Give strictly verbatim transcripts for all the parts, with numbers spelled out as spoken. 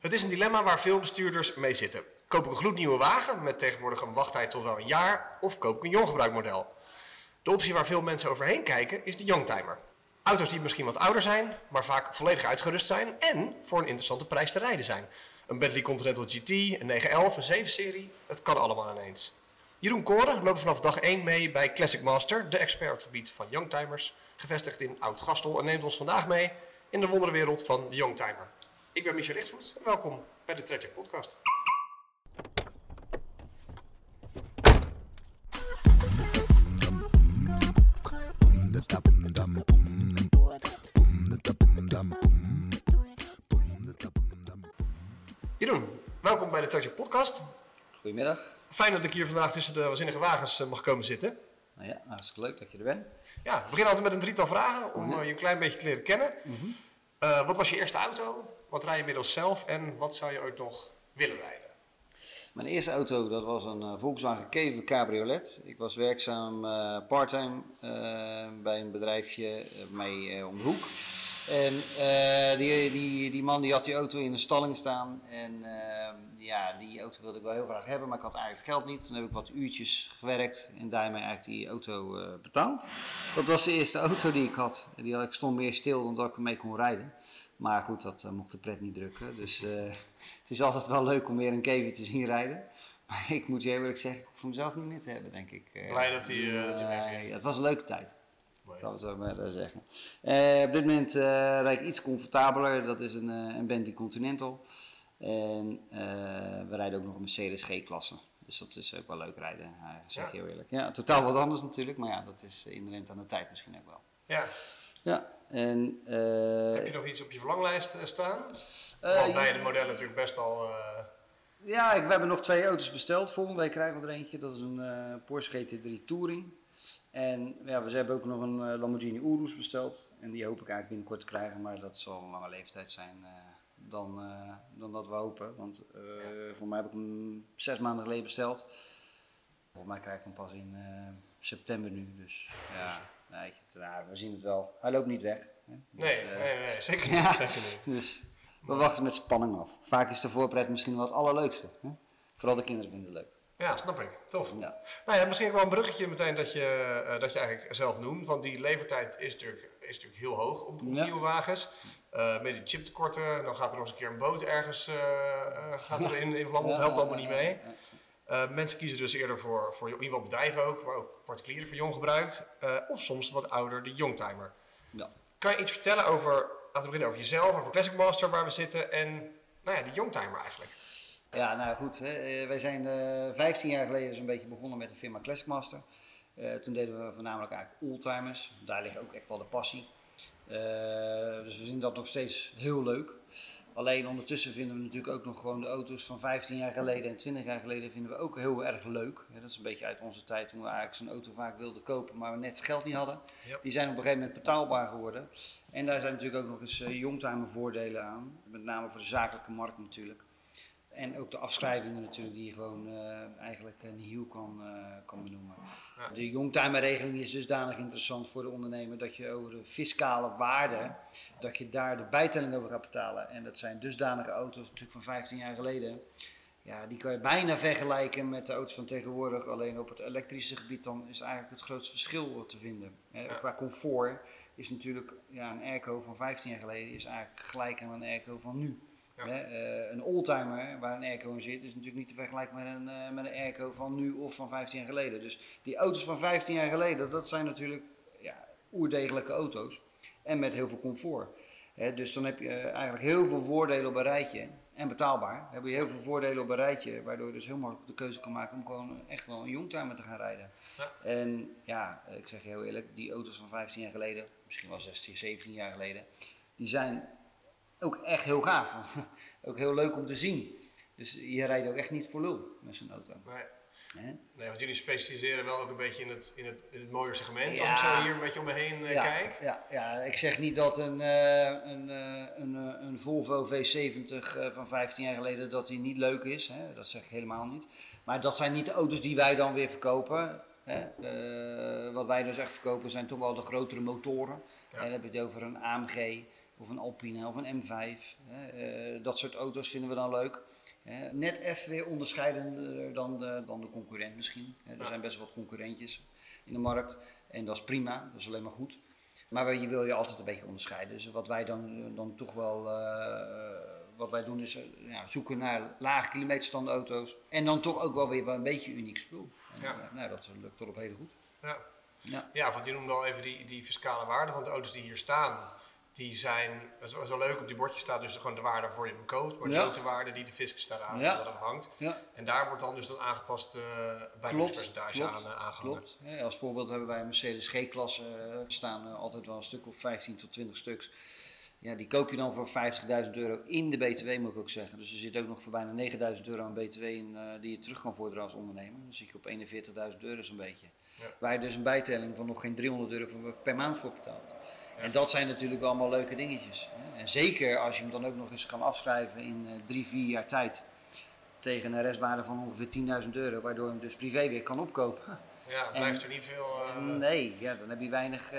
Het is een dilemma waar veel bestuurders mee zitten. Koop ik een gloednieuwe wagen met tegenwoordig een wachttijd tot wel een jaar of koop ik een jonggebruikmodel? De optie waar veel mensen overheen kijken is de youngtimer. Auto's die misschien wat ouder zijn, maar vaak volledig uitgerust zijn en voor een interessante prijs te rijden zijn. Een Bentley Continental G T, een negen elf, een zeven serie, het kan allemaal ineens. Jeroen Koren loopt vanaf dag één mee bij Classic Master, de expert op het gebied van youngtimers, gevestigd in Oud-Gastel en neemt ons vandaag mee in de wonderenwereld van de youngtimer. Ik ben Michel Lichtvoet en welkom bij de Traject Podcast. Jeroen, welkom bij de Traject Podcast. Goedemiddag. Fijn dat ik hier vandaag tussen de waanzinnige wagens mag komen zitten. Nou ja, hartstikke leuk dat je er bent. Ja, we beginnen altijd met een drietal vragen om Mm-hmm. uh, je een klein beetje te leren kennen. Mm-hmm. Uh, wat was je eerste auto? Wat rij je inmiddels zelf? En wat zou je ooit nog willen rijden? Mijn eerste auto, dat was een uh, Volkswagen Kever Cabriolet. Ik was werkzaam uh, parttime uh, bij een bedrijfje uh, mee uh, om de hoek. En uh, die, die, die man die had die auto in de stalling staan. En uh, ja, die auto wilde ik wel heel graag hebben, maar ik had eigenlijk het geld niet. Toen heb ik wat uurtjes gewerkt en daarmee eigenlijk die auto uh, betaald. Dat was de eerste auto die ik had. Die had ik stond meer stil dan dat ik ermee kon rijden. Maar goed, dat uh, mocht de pret niet drukken. Dus uh, het is altijd wel leuk om weer een Kever te zien rijden. Maar ik moet je eerlijk zeggen, ik hoef hem zelf niet meer te hebben, denk ik. Uh, Blij dat hij, uh, dat hij weg is. Uh, het was een leuke tijd. Mooi. Dat zou ik maar uh, zeggen. Uh, op dit moment uh, rijd ik iets comfortabeler. Dat is een, uh, een Bentley Continental. En uh, we rijden ook nog een Mercedes G-klasse. Dus dat is ook wel leuk rijden, uh, zeg ik Ja. heel eerlijk. Ja, totaal wat anders natuurlijk. Maar ja, dat is inherent aan de tijd misschien ook wel. Ja. Ja, en... Uh, Heb je nog iets op je verlanglijst uh, staan? Uh, Want beide modellen natuurlijk best al... Uh... Ja, ik, we hebben nog twee auto's besteld. Volgende week krijgen we er eentje. Dat is een uh, Porsche G T drie Touring. En ja, we hebben ook nog een uh, Lamborghini Urus besteld. En die hoop ik eigenlijk binnenkort te krijgen. Maar dat zal een lange leeftijd zijn uh, dan, uh, dan dat we hopen. Want uh, ja. voor mij heb ik hem zes maanden geleden besteld. Volgens mij krijg ik hem pas in uh, september nu. Dus ja, nee, nou, we zien het wel. Hij loopt niet weg. Hè? Dus, Nee, uh, nee, nee, zeker niet. ja, zeker niet. Dus we wachten met spanning af. Vaak is de voorpret misschien wel het allerleukste. Hè? Vooral de kinderen vinden het leuk. Ja, snap ik. Tof. Ja. Nou ja, misschien ook wel een bruggetje meteen dat je, uh, dat je eigenlijk zelf noemt. Want die levertijd is natuurlijk, is natuurlijk heel hoog op, op Ja. nieuwe wagens. Uh, met die chiptekorten, dan gaat er nog eens een keer een boot ergens uh, uh, gaat er in, in vlam op. Ja, Helpt ja, allemaal niet ja, mee. ja. Uh, mensen kiezen dus eerder voor, voor in ieder geval bedrijven ook, maar ook particulieren voor jong gebruikt. Uh, of soms wat ouder, de youngtimer. Ja. Kan je iets vertellen over, laten we beginnen over jezelf, over Classic Master waar we zitten en nou ja, die youngtimer eigenlijk? Ja, nou goed, hè. Wij zijn uh, vijftien jaar geleden zo'n beetje begonnen met de firma Classic Master. Uh, toen deden we voornamelijk eigenlijk oldtimers. Daar ligt ook echt wel de passie. Uh, dus we vinden dat nog steeds heel leuk. Alleen ondertussen vinden we natuurlijk ook nog gewoon de auto's van vijftien jaar geleden en twintig jaar geleden vinden we ook heel erg leuk. Ja, dat is een beetje uit onze tijd toen we eigenlijk zo'n auto vaak wilden kopen, maar we net het geld niet hadden. Ja. Die zijn op een gegeven moment betaalbaar geworden. En daar zijn natuurlijk ook nog eens uh, youngtimer voordelen aan. Met name voor de zakelijke markt natuurlijk. En ook de afschrijvingen natuurlijk die je gewoon uh, eigenlijk uh, nihil kan, uh, kan benoemen. Ja. De youngtimer regeling is dusdanig interessant voor de ondernemer dat je over de fiscale waarde, dat je daar de bijtelling over gaat betalen. En dat zijn dusdanige auto's natuurlijk van vijftien jaar geleden. Ja, die kan je bijna vergelijken met de auto's van tegenwoordig. Alleen op het elektrische gebied dan is eigenlijk het grootste verschil te vinden. He, ja. Qua comfort is natuurlijk ja, een airco van vijftien jaar geleden is eigenlijk gelijk aan een airco van nu. Ja. He, uh, een oldtimer waar een airco in zit is natuurlijk niet te vergelijken met een, uh, met een airco van nu of van vijftien jaar geleden. Dus die auto's van vijftien jaar geleden, dat zijn natuurlijk ja, oerdegelijke auto's en met heel veel comfort. He, dus dan heb je uh, eigenlijk heel veel voordelen op een rijtje en betaalbaar. Dan heb je heel veel voordelen op een rijtje waardoor je dus heel makkelijk de keuze kan maken om gewoon echt wel een youngtimer te gaan rijden. Ja. En ja, ik zeg je heel eerlijk, die auto's van vijftien jaar geleden, misschien wel zestien, zeventien jaar geleden, die zijn ook echt heel gaaf. Ook heel leuk om te zien. Dus je rijdt ook echt niet voor lul met zo'n auto. Nee. He? Nee, want jullie specialiseren wel ook een beetje in het, in het, in het mooier segment. Ja. Als ik zo hier een beetje om me heen uh, ja, kijk. Ja, ja, ik zeg niet dat een, uh, een, uh, een, uh, een Volvo V zeventig uh, van vijftien jaar geleden dat die niet leuk is. Hè? Dat zeg ik helemaal niet. Maar dat zijn niet de auto's die wij dan weer verkopen. Hè? Uh, wat wij dus echt verkopen zijn toch wel de grotere motoren. Ja. En dan heb je het over een A M G of een Alpina of een M vijf. Hè. Uh, dat soort auto's vinden we dan leuk. Hè. Net even weer onderscheidender dan de, dan de concurrent misschien. Hè. Er ja. zijn best wel wat concurrentjes in de markt en dat is prima, dat is alleen maar goed. Maar je wil je altijd een beetje onderscheiden. Dus wat wij dan, dan toch wel uh, wat wij doen is uh, ja, zoeken naar lage kilometerstand auto's. En dan toch ook wel weer een beetje uniek spul. En, ja. uh, nou, dat lukt toch op heel goed. Ja. Ja. ja, want je noemde al even die, die fiscale waarde van de auto's die hier staan. Die zijn, dat is wel leuk, op die bordje staat dus gewoon de waarde voor je hem koopt. Maar ja. ook de waarde die de fiscus daaraan ja. aan hangt. Ja. En daar wordt dan dus dat aangepaste uh, bijtellingspercentage aan uh, aangehangen. Klopt. Ja, als voorbeeld hebben wij een Mercedes G-klasse uh, staan uh, altijd wel een stuk of vijftien tot twintig stuks. Ja, die koop je dan voor vijftigduizend euro in de B T W, moet ik ook zeggen. Dus er zit ook nog voor bijna negenduizend euro aan B T W in uh, die je terug kan vorderen als ondernemer. Dan zit je op eenenveertigduizend euro zo'n beetje. Ja. Waar je dus een bijtelling van nog geen driehonderd euro per maand voor betaalt. Ja. En dat zijn natuurlijk allemaal leuke dingetjes. Hè? En zeker als je hem dan ook nog eens kan afschrijven in uh, drie, vier jaar tijd. Tegen een restwaarde van ongeveer tienduizend euro, waardoor je hem dus privé weer kan opkopen. Ja, blijft en, er niet veel... Uh... Nee, ja, dan heb je weinig... Uh,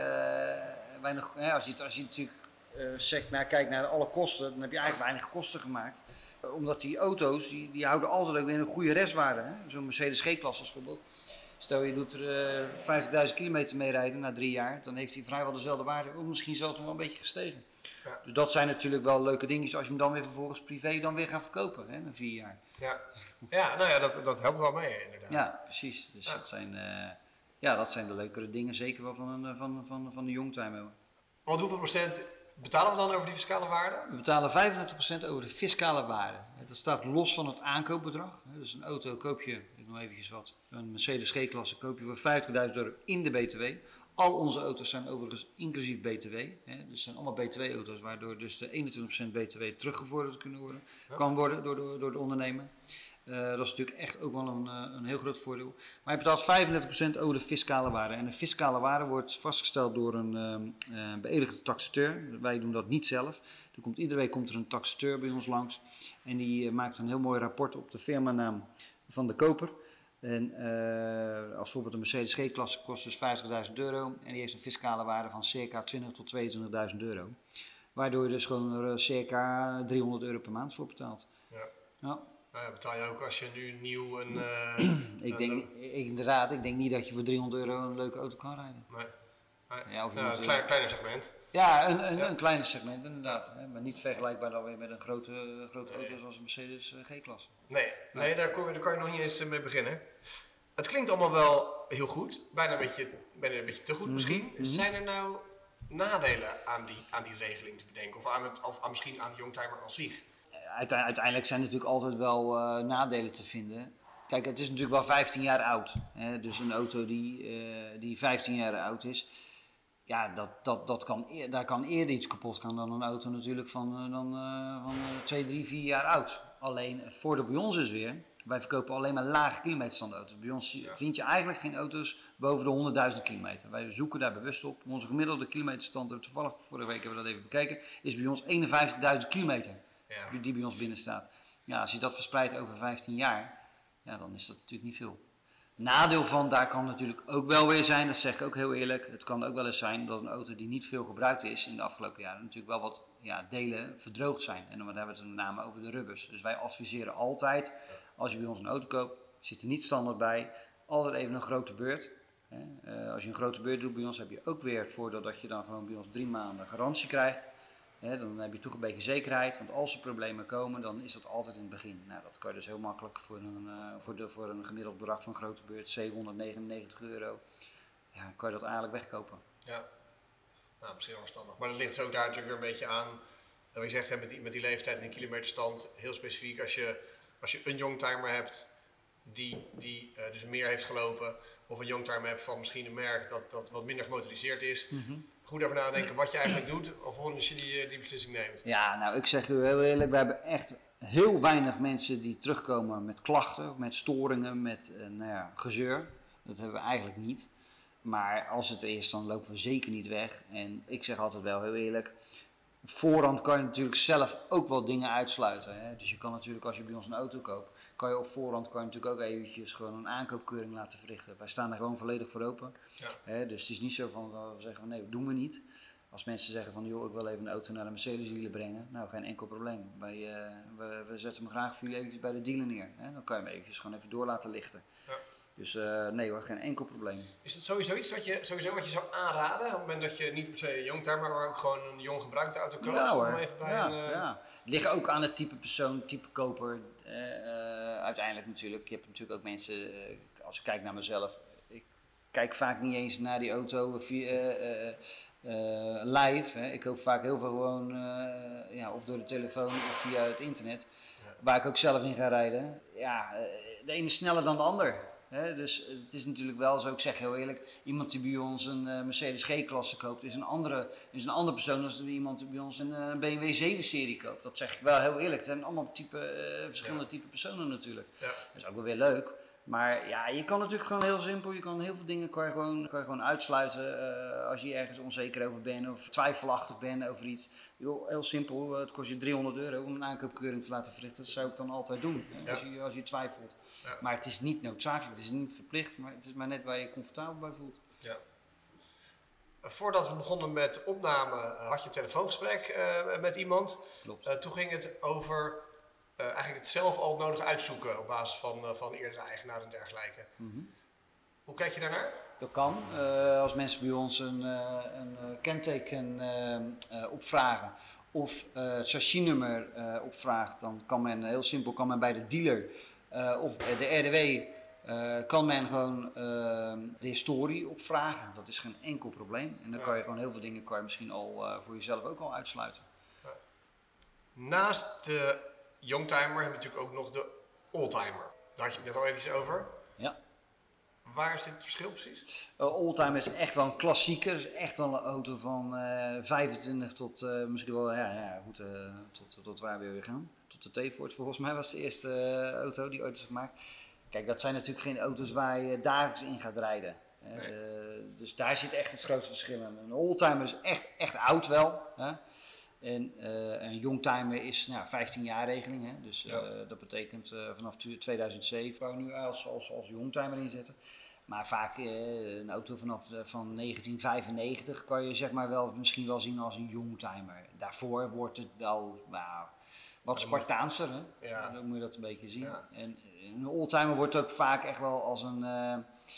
weinig ja, als, je, als je natuurlijk uh, zegt, nou, kijkt naar alle kosten, dan heb je eigenlijk weinig kosten gemaakt. Uh, omdat die auto's, die, die houden altijd ook weer een goede restwaarde. Zo'n Mercedes G-klasse als voorbeeld. Stel je doet er uh, vijftigduizend kilometer mee rijden na drie jaar, dan heeft hij vrijwel dezelfde waarde, of misschien zelfs nog wel een beetje gestegen. Ja. Dus dat zijn natuurlijk wel leuke dingetjes als je hem dan weer vervolgens privé dan weer gaat verkopen, hè, na vier jaar. Ja, ja nou ja, dat, dat helpt wel mee inderdaad. Ja, precies. Dus ja. Dat, zijn, uh, ja, dat zijn de leukere dingen, zeker wel van, een, van, van, van de youngtimer. Want hoeveel procent betalen we dan over die fiscale waarde? We betalen vijfendertig procent over de fiscale waarde. Dat staat los van het aankoopbedrag. Dus een auto koop je, ik noem eventjes wat, een Mercedes G-klasse koop je voor vijftigduizend euro in de B T W. Al onze auto's zijn overigens inclusief B T W. Dus het zijn allemaal B T W-auto's, waardoor dus de eenentwintig procent B T W teruggevorderd kunnen worden, ja. kan worden door de, door de ondernemer. Uh, dat is natuurlijk echt ook wel een, een heel groot voordeel. Maar je betaalt vijfendertig procent over de fiscale waarde. En de fiscale waarde wordt vastgesteld door een uh, uh, beëdigde taxateur. Wij doen dat niet zelf. Er komt, iedere week komt er een taxateur bij ons langs. En die uh, maakt een heel mooi rapport op de firmanaam van de koper. En uh, als voorbeeld een Mercedes G-klasse kost dus vijftigduizend euro. En die heeft een fiscale waarde van circa twintig tot tweeëntwintigduizend euro. Waardoor je dus gewoon er uh, circa driehonderd euro per maand voor betaalt. Ja. Ja. Nou ja, betaal je ook als je nu nieuw een... Uh, ik denk, een, ik, inderdaad, ik denk niet dat je voor driehonderd euro een leuke auto kan rijden. Nee. nee. Ja, of ja, een klein, kleiner segment. Ja, een, een, ja. een kleiner segment inderdaad. Hè, maar niet vergelijkbaar dan weer met een grote, grote nee. auto zoals een Mercedes uh, G-klasse. Nee, nee. nee daar, kom, daar kan je nog niet eens mee beginnen. Het klinkt allemaal wel heel goed. Bijna een beetje, bijna een beetje te goed mm-hmm. misschien. Mm-hmm. Zijn er nou nadelen aan die, aan die regeling te bedenken? Of, aan het, of aan, misschien aan de youngtimer als zich? Uiteindelijk zijn er natuurlijk altijd wel uh, nadelen te vinden. Kijk, het is natuurlijk wel vijftien jaar oud. Hè? Dus een auto die, uh, die vijftien jaar oud is, ja, dat, dat, dat kan, daar kan eerder iets kapot gaan dan een auto natuurlijk van, uh, dan, uh, van uh, twee, drie, vier jaar oud. Alleen het voordeel bij ons is weer, wij verkopen alleen maar lage kilometerstand auto's. Bij ons ja. vind je eigenlijk geen auto's boven de honderdduizend kilometer. Wij zoeken daar bewust op. Onze gemiddelde kilometerstand, toevallig vorige week hebben we dat even bekeken, is bij ons eenenvijftigduizend kilometer. Ja. Die bij ons binnen staat. Ja, als je dat verspreidt over vijftien jaar, ja, dan is dat natuurlijk niet veel. Nadeel van daar kan natuurlijk ook wel weer zijn, dat zeg ik ook heel eerlijk. Het kan ook wel eens zijn dat een auto die niet veel gebruikt is in de afgelopen jaren natuurlijk wel wat ja, delen verdroogd zijn. En dan hebben we het met name over de rubbers. Dus wij adviseren altijd, als je bij ons een auto koopt, zit er niet standaard bij, altijd even een grote beurt. Uh, als je een grote beurt doet bij ons, heb je ook weer het voordeel dat je dan gewoon bij ons drie maanden garantie krijgt. He, dan heb je toch een beetje zekerheid, want als er problemen komen, dan is dat altijd in het begin. Nou, dat kan je dus heel makkelijk voor een, uh, voor de, voor een gemiddeld bedrag van grote beurt, zevenhonderdnegenennegentig euro, ja, kan je dat eigenlijk wegkopen. Ja, nou, misschien wel verstandig. Maar dat ligt dus ook daar natuurlijk weer een beetje aan, wat je zegt, hè, met, die, met die leeftijd en die kilometerstand, heel specifiek, als je, als je een youngtimer hebt die, die uh, dus meer heeft gelopen, of een youngtimer hebt van misschien een merk dat, dat wat minder gemotoriseerd is, mm-hmm. goed over nadenken wat je eigenlijk doet, alvorens je die, die beslissing neemt. Ja, nou ik zeg u heel eerlijk, we hebben echt heel weinig mensen die terugkomen met klachten, of met storingen, met uh, nou ja, gezeur. Dat hebben we eigenlijk niet. Maar als het er is, dan lopen we zeker niet weg. En ik zeg altijd wel heel eerlijk, op voorhand kan je natuurlijk zelf ook wel dingen uitsluiten. Hè? Dus je kan natuurlijk, als je bij ons een auto koopt, kan je op voorhand kan je natuurlijk ook eventjes gewoon een aankoopkeuring laten verrichten. Wij staan er gewoon volledig voor open. Ja. Hè? Dus het is niet zo van, we zeggen van nee, dat doen we niet. Als mensen zeggen van, joh, ik wil even een auto naar de Mercedes dealer brengen. Nou, geen enkel probleem. Wij, uh, we, we zetten hem graag voor jullie eventjes bij de dealer neer. Hè? Dan kan je hem eventjes gewoon even door laten lichten. Ja. Dus uh, nee hoor, geen enkel probleem. Is het sowieso iets wat je, sowieso wat je zou aanraden? Op het moment dat je niet per se een youngtimer, maar ook gewoon een jong gebruikte auto koopt? Ja hoor, om even bij ja, een, uh... ja. Het ligt ook aan het type persoon, type koper. Uh, uh, uiteindelijk natuurlijk. Je hebt natuurlijk ook mensen, uh, als ik kijk naar mezelf, ik kijk vaak niet eens naar die auto via, uh, uh, uh, live. Hè. Ik koop vaak heel veel gewoon, uh, ja, of door de telefoon of via het internet. Ja. Waar ik ook zelf in ga rijden. Ja, uh, de ene is sneller dan de ander. He, dus het is natuurlijk wel zo, ik zeg heel eerlijk, iemand die bij ons een uh, Mercedes G-klasse koopt, is een andere, is een andere persoon dan iemand die bij ons een uh, B M W zeven serie koopt. Dat zeg ik wel heel eerlijk. Het zijn allemaal type, uh, verschillende ja. type personen natuurlijk. Ja. Dat is ook wel weer leuk. Maar ja, je kan natuurlijk gewoon heel simpel, je kan heel veel dingen kan je gewoon, kan je gewoon uitsluiten uh, als je ergens onzeker over bent of twijfelachtig bent over iets. Yo, heel simpel, het kost je driehonderd euro om een aankoopkeuring te laten verrichten. Dat zou ik dan altijd doen, hè, ja. als, je, als je twijfelt. Ja. Maar het is niet noodzakelijk, het is niet verplicht, maar het is maar net waar je je comfortabel bij voelt. Ja. Voordat we begonnen met opname had je een telefoongesprek uh, met iemand. Klopt. Uh, toen ging het over uh, eigenlijk het zelf al nodig uitzoeken op basis van, uh, van eerdere eigenaren en dergelijke. Mm-hmm. Hoe kijk je daarnaar? Dat kan. Uh, als mensen bij ons een, uh, een kenteken uh, uh, opvragen of uh, het chassisnummer uh, opvraagt, dan kan men heel simpel kan men bij de dealer uh, of de R D W uh, kan men gewoon uh, de historie opvragen. Dat is geen enkel probleem. En dan kan je gewoon heel veel dingen kan je misschien al uh, voor jezelf ook al uitsluiten. Ja. Naast de youngtimer hebben we natuurlijk ook nog de oldtimer. Daar had je het net al even over. Ja. Waar is dit het verschil precies? Uh, Oldtimer is echt wel een klassieker. Is echt wel een auto van uh, vijfentwintig tot uh, misschien wel, ja, ja goed, uh, tot, tot waar we weer gaan. Tot de T-Ford volgens mij was de eerste uh, auto die ooit is gemaakt. Kijk, dat zijn natuurlijk geen auto's waar je dagelijks in gaat rijden. Nee. Uh, dus daar zit echt het grootste verschil in. Een oldtimer is echt, echt oud wel. Hè? En uh, een youngtimer is nou, vijftien jaar regeling. Hè? Dus uh, ja. dat betekent uh, vanaf tweeduizend zeven waar we nu als, als, als youngtimer inzetten. Maar vaak uh, een auto vanaf uh, van negentien vijfennegentig kan je zeg maar wel misschien wel zien als een youngtimer. Daarvoor wordt het wel nou, wat Spartaanser. Hè? Ja. Zo moet je dat een beetje zien. Ja. En een oldtimer wordt ook vaak echt wel als een... Uh,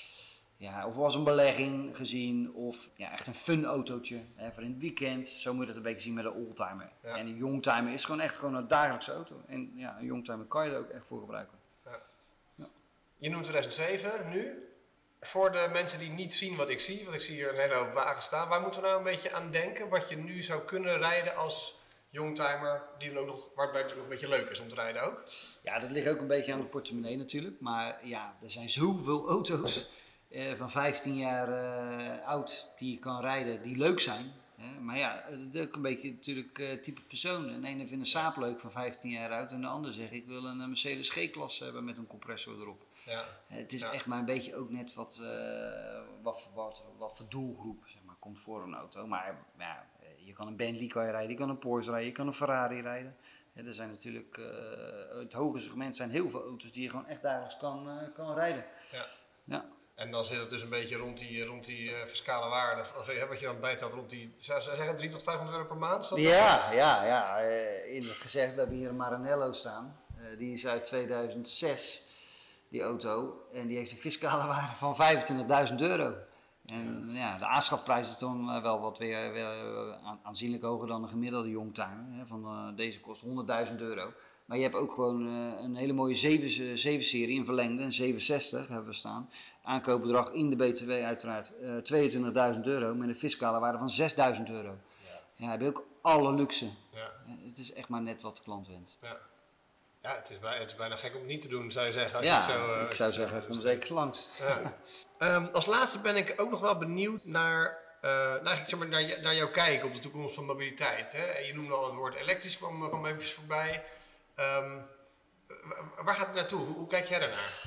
Ja, of als een belegging gezien, of ja, echt een fun autootje hè, voor in het weekend. Zo moet je dat een beetje zien met een oldtimer. Ja. En een youngtimer is gewoon echt gewoon een dagelijkse auto. En ja, een youngtimer kan je er ook echt voor gebruiken. Ja. Ja. Je noemt tweeduizend zeven nu. Voor de mensen die niet zien wat ik zie, want ik zie hier een hele hoop wagens staan. Waar moeten we nou een beetje aan denken? Wat je nu zou kunnen rijden als youngtimer, die dan ook nog, waarbij het nog een beetje leuk is om te rijden ook? Ja, dat ligt ook een beetje aan de portemonnee natuurlijk. Maar ja, er zijn zoveel auto's. Uh, van vijftien jaar uh, oud die je kan rijden, die leuk zijn. Hè? Maar ja, dat is ook een beetje natuurlijk uh, type persoon. De ene vindt een Saab leuk van vijftien jaar oud en de ander zegt ik wil een Mercedes G-klasse hebben met een compressor erop. Ja. Uh, het is ja. echt maar een beetje ook net wat, uh, wat, wat, wat voor doelgroep zeg maar, komt voor een auto. Maar ja, je kan een Bentley kan je rijden, je kan een Porsche rijden, je kan een Ferrari rijden. Ja, er zijn natuurlijk, uh, het hoge segment zijn heel veel auto's die je gewoon echt dagelijks kan, uh, kan rijden. Ja. Ja. En dan zit het dus een beetje rond die, rond die uh, fiscale waarde, of uh, wat je dan bijtelt rond die, zou je zeggen driehonderd tot vijfhonderd euro per maand? Is dat ja, ja, ja, uh, in gezegd, we hebben hier een Maranello staan. Uh, die is uit tweeduizend zes, die auto. En die heeft een fiscale waarde van vijfentwintigduizend euro. En ja, ja de aanschafprijs is dan uh, wel wat weer, weer uh, aanzienlijk hoger dan een gemiddelde youngtimer. Hè, van uh, deze kost honderdduizend euro. Maar je hebt ook gewoon uh, een hele mooie zeven serie in verlengde, een zevenhonderdzestig hebben we staan. Aankoopbedrag in de B T W uiteraard uh, tweeëntwintigduizend euro met een fiscale waarde van zesduizend euro. Ja, ja heb je ook alle luxe. Ja. Het is echt maar net wat de klant wenst. Ja, ja het, is bijna, het is bijna gek om het niet te doen, zou je zeggen. Als ja, je het zo, uh, ik zou zeggen, kom zeker langs. Ja. um, als laatste ben ik ook nog wel benieuwd naar... Uh, nou, eigenlijk zeg maar naar, naar jouw kijk op de toekomst van mobiliteit. Hè? Je noemde al het woord elektrisch, kwam, kwam even voorbij. Um, waar gaat het naartoe? Hoe, hoe kijk jij daarnaar?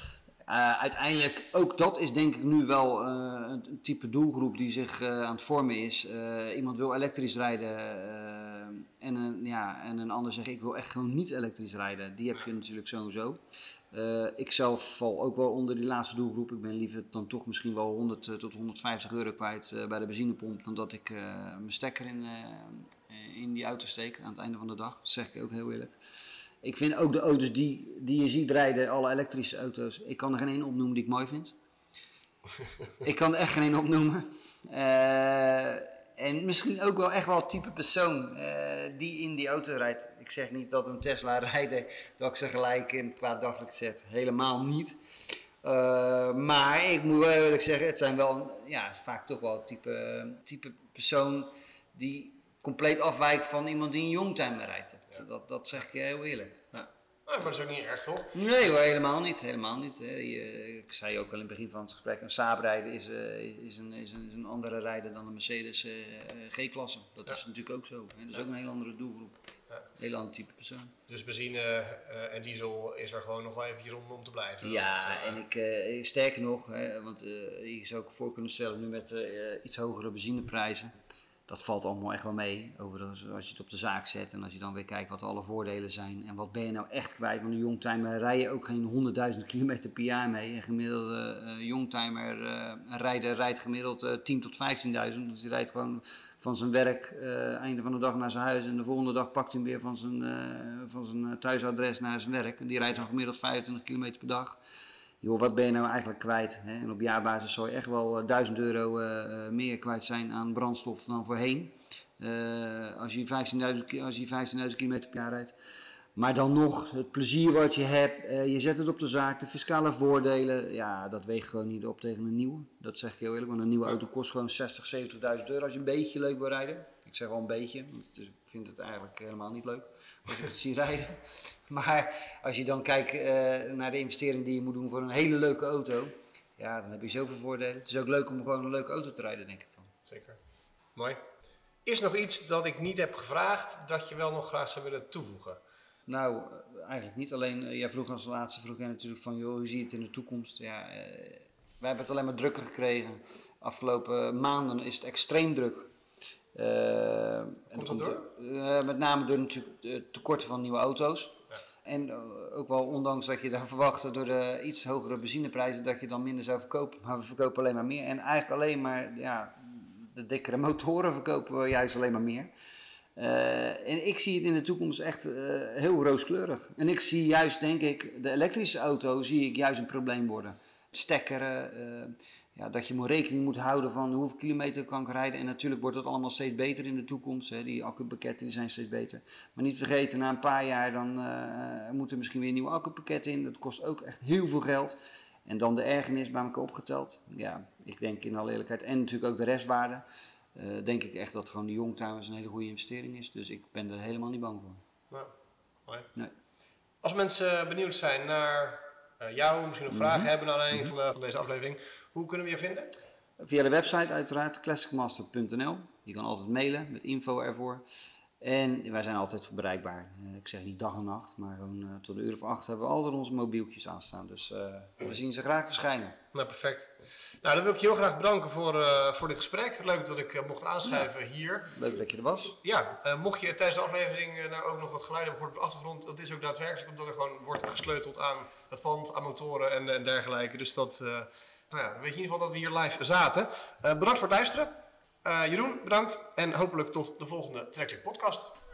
Uh, uiteindelijk, ook dat is denk ik nu wel uh, een type doelgroep die zich uh, aan het vormen is. Uh, iemand wil elektrisch rijden uh, en, een, ja, en een ander zegt ik wil echt gewoon niet elektrisch rijden. Die heb je natuurlijk sowieso. Uh, ik zelf val ook wel onder die laatste doelgroep. Ik ben liever dan toch misschien wel honderd tot honderdvijftig euro kwijt uh, bij de benzinepomp dan dat ik uh, mijn stekker in, uh, in die auto steek aan het einde van de dag. Dat zeg ik ook heel eerlijk. Ik vind ook de auto's die, die je ziet rijden, alle elektrische auto's, ik kan er geen één opnoemen die ik mooi vind. Ik kan er echt geen één opnoemen. Uh, en misschien ook wel echt wel het type persoon uh, die in die auto rijdt. Ik zeg niet dat een Tesla rijden, dat ik ze gelijk in het kwaad daglicht zet. Helemaal niet. Uh, maar ik moet wel eerlijk zeggen, het zijn wel ja, vaak toch wel het type, type persoon die compleet afwijkt van iemand die een youngtimer rijdt. Ja. Dat, dat zeg ik je heel eerlijk. Ja. Ja, maar dat is ook niet erg, toch? Nee hoor, helemaal niet. Helemaal niet. Hè. Je, ik zei ook al in het begin van het gesprek, een Saab rijden is, uh, is, een, is, een, is een andere rijder dan een Mercedes uh, G-klasse. Dat ja. is natuurlijk ook zo. Hè. Dat is ja. ook een heel andere doelgroep. Ja. Een heel ander type persoon. Dus benzine uh, en diesel is er gewoon nog wel eventjes om, om te blijven. Ja, en ik, uh, sterker nog, hè, want uh, je zou ook voor kunnen stellen nu met uh, iets hogere benzineprijzen. Dat valt allemaal echt wel mee, overigens, als je het op de zaak zet en als je dan weer kijkt wat alle voordelen zijn. En wat ben je nou echt kwijt, want een youngtimer rij je ook geen honderdduizend kilometer per jaar mee. Een gemiddelde uh, youngtimer uh, rijder rijdt gemiddeld uh, tien tot vijftienduizend. Dus die rijdt gewoon van zijn werk, uh, einde van de dag naar zijn huis en de volgende dag pakt hij hem weer van zijn, uh, van zijn thuisadres naar zijn werk. En die rijdt dan gemiddeld vijfentwintig kilometer per dag. Joh, wat ben je nou eigenlijk kwijt? Hè? En op jaarbasis zou je echt wel duizend euro uh, meer kwijt zijn aan brandstof dan voorheen. Uh, als je vijftienduizend kilometer per jaar rijdt. Maar dan nog, het plezier wat je hebt, uh, je zet het op de zaak, de fiscale voordelen. Ja, dat weegt gewoon niet op tegen een nieuwe. Dat zeg ik heel eerlijk, want een nieuwe auto kost gewoon zestig, zeventigduizend euro als je een beetje leuk wil rijden. Ik zeg wel een beetje, want ik vind het eigenlijk helemaal niet leuk als ik het zie rijden. Maar als je dan kijkt uh, naar de investering die je moet doen voor een hele leuke auto, ja, dan heb je zoveel voordelen. Het is ook leuk om gewoon een leuke auto te rijden, denk ik dan. Zeker. Mooi. Is er nog iets dat ik niet heb gevraagd, dat je wel nog graag zou willen toevoegen? Nou, eigenlijk niet. Alleen, uh, jij vroeg als laatste, vroeg jij natuurlijk van, joh, hoe zie je het in de toekomst? Ja, uh, wij hebben het alleen maar drukker gekregen. Afgelopen maanden is het extreem druk. Uh, komt dat door? Uh, met name door natuurlijk het tekort van nieuwe auto's. Ja. En uh, ook wel ondanks dat je daar verwacht door de iets hogere benzineprijzen dat je dan minder zou verkopen. Maar we verkopen alleen maar meer. En eigenlijk alleen maar ja, de dikkere motoren verkopen we juist alleen maar meer. Uh, en ik zie het in de toekomst echt uh, heel rooskleurig. En ik zie juist, denk ik, de elektrische auto zie ik juist een probleem worden. Het stekkeren, uh, ja, dat je maar rekening moet houden van hoeveel kilometer kan ik rijden. En natuurlijk wordt het allemaal steeds beter in de toekomst. Hè. Die accupakketten die zijn steeds beter. Maar niet vergeten, na een paar jaar dan uh, moet er misschien weer een nieuwe accupakket in. Dat kost ook echt heel veel geld. En dan de ergernis bij elkaar opgeteld. Ja, ik denk in alle eerlijkheid. En natuurlijk ook de restwaarde. Uh, denk ik echt dat gewoon de youngtimers een hele goede investering is. Dus ik ben er helemaal niet bang voor. Nou, mooi. Nee. Als mensen benieuwd zijn naar uh, jou, misschien nog vragen mm-hmm. hebben naar aanleiding mm-hmm. van, de, van deze aflevering, hoe kunnen we je vinden? Via de website uiteraard, classicmaster punt n l. Je kan altijd mailen met info ervoor. En wij zijn altijd bereikbaar. Uh, ik zeg niet dag en nacht, maar gewoon uh, tot een uur of acht hebben we altijd onze mobieltjes aanstaan. Dus uh, we zien ze graag verschijnen. Nou, perfect. Nou, dan wil ik je heel graag bedanken voor, uh, voor dit gesprek. Leuk dat ik uh, mocht aanschuiven ja. hier. Leuk dat je er was. Ja, uh, mocht je tijdens de aflevering uh, nou ook nog wat geluiden hebben gehoord op de achtergrond, dat is ook daadwerkelijk omdat er gewoon wordt gesleuteld aan het pand, aan motoren en, en dergelijke. Dus dat, uh, nou ja, dan weet je in ieder geval dat we hier live zaten. Uh, bedankt voor het luisteren. Uh, Jeroen, bedankt en hopelijk tot de volgende Tracktech podcast.